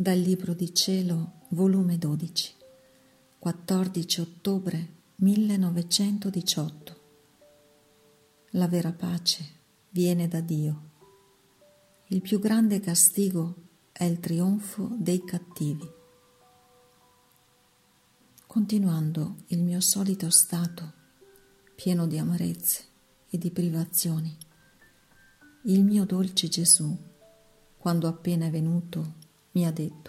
Dal Libro di Cielo, volume 12, 14 ottobre 1918. La vera pace viene da Dio. Il più grande castigo è il trionfo dei cattivi. Continuando il mio solito stato, pieno di amarezze e di privazioni, il mio dolce Gesù, quando appena è venuto, mi ha detto: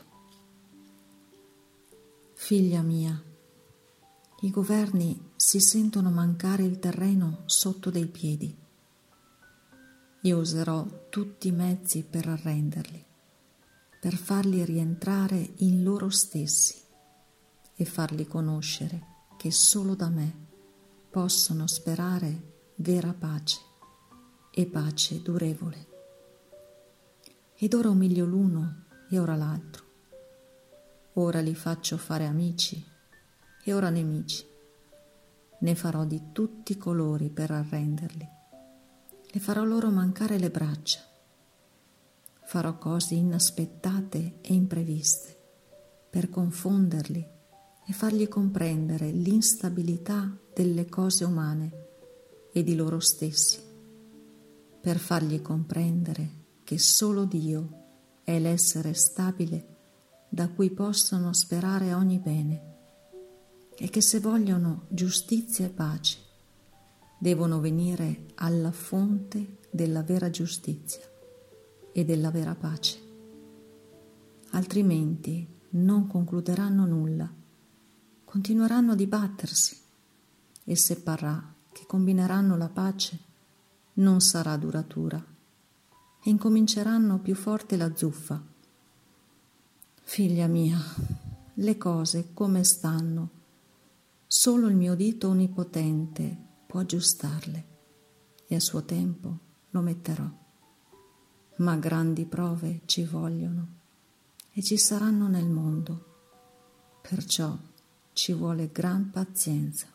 figlia mia, i governi si sentono mancare il terreno sotto dei piedi. Io userò tutti i mezzi per arrenderli, per farli rientrare in loro stessi e farli conoscere che solo da me possono sperare vera pace e pace durevole. Ed ora umilio l'uno e ora l'altro. Ora li faccio fare amici e ora nemici. Ne farò di tutti i colori per arrenderli. E farò loro mancare le braccia. Farò cose inaspettate e impreviste per confonderli e fargli comprendere l'instabilità delle cose umane e di loro stessi, per fargli comprendere che solo Dio è l'essere stabile da cui possono sperare ogni bene e che se vogliono giustizia e pace devono venire alla fonte della vera giustizia e della vera pace. Altrimenti non concluderanno nulla, continueranno a dibattersi e se parrà che combineranno la pace non sarà duratura e incominceranno più forte la zuffa. Figlia mia, le cose come stanno, solo il mio dito onnipotente può aggiustarle e a suo tempo lo metterò. Ma grandi prove ci vogliono e ci saranno nel mondo, perciò ci vuole gran pazienza.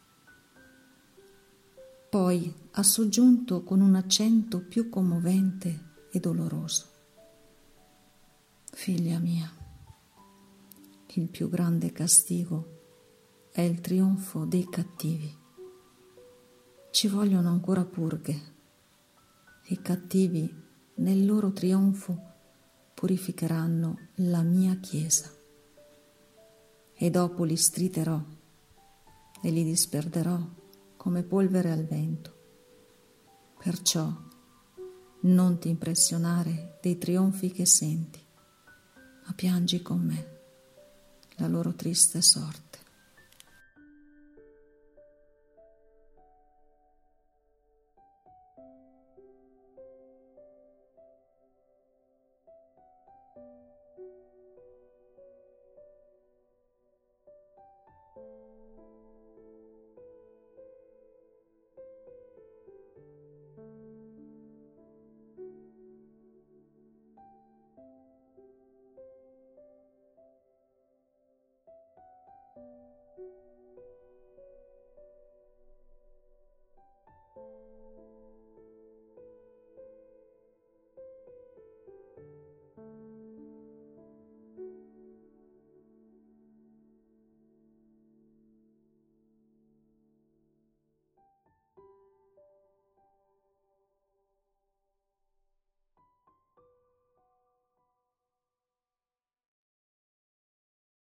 Poi ha soggiunto con un accento più commovente e doloroso: figlia mia, il più grande castigo è il trionfo dei cattivi. Ci vogliono ancora purghe. I cattivi nel loro trionfo purificheranno la mia Chiesa e dopo li striterò e li disperderò come polvere al vento. Perciò non ti impressionare dei trionfi che senti, ma piangi con me la loro triste sorte.